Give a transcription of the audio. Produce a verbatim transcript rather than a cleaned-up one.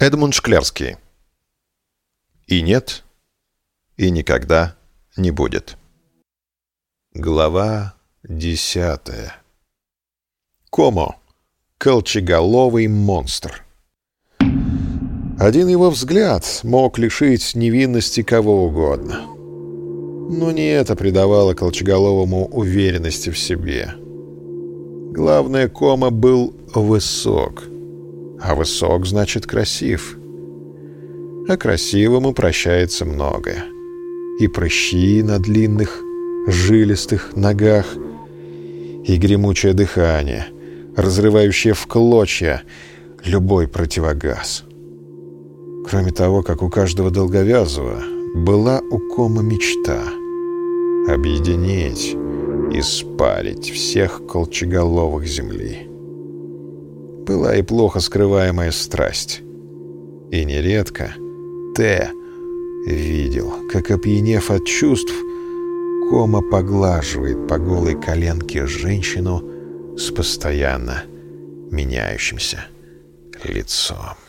Эдмунд Шклярский. И нет, и никогда не будет. Глава десятая. Комо. Колчеголовый монстр. Один его взгляд мог лишить невинности кого угодно. Но не это придавало Колчеголовому уверенности в себе. Главное, Комо был высок. А высок значит красив. А красивому прощается многое. И прыщи на длинных, жилистых ногах, и гремучее дыхание, разрывающее в клочья любой противогаз. Кроме того, как у каждого долговязого, была у Комо мечта — объединить и спарить всех колчеголовых земли. Была и плохо скрываемая страсть. И нередко Т. видел, как, опьянев от чувств, Комо поглаживает по голой коленке женщину с постоянно меняющимся лицом.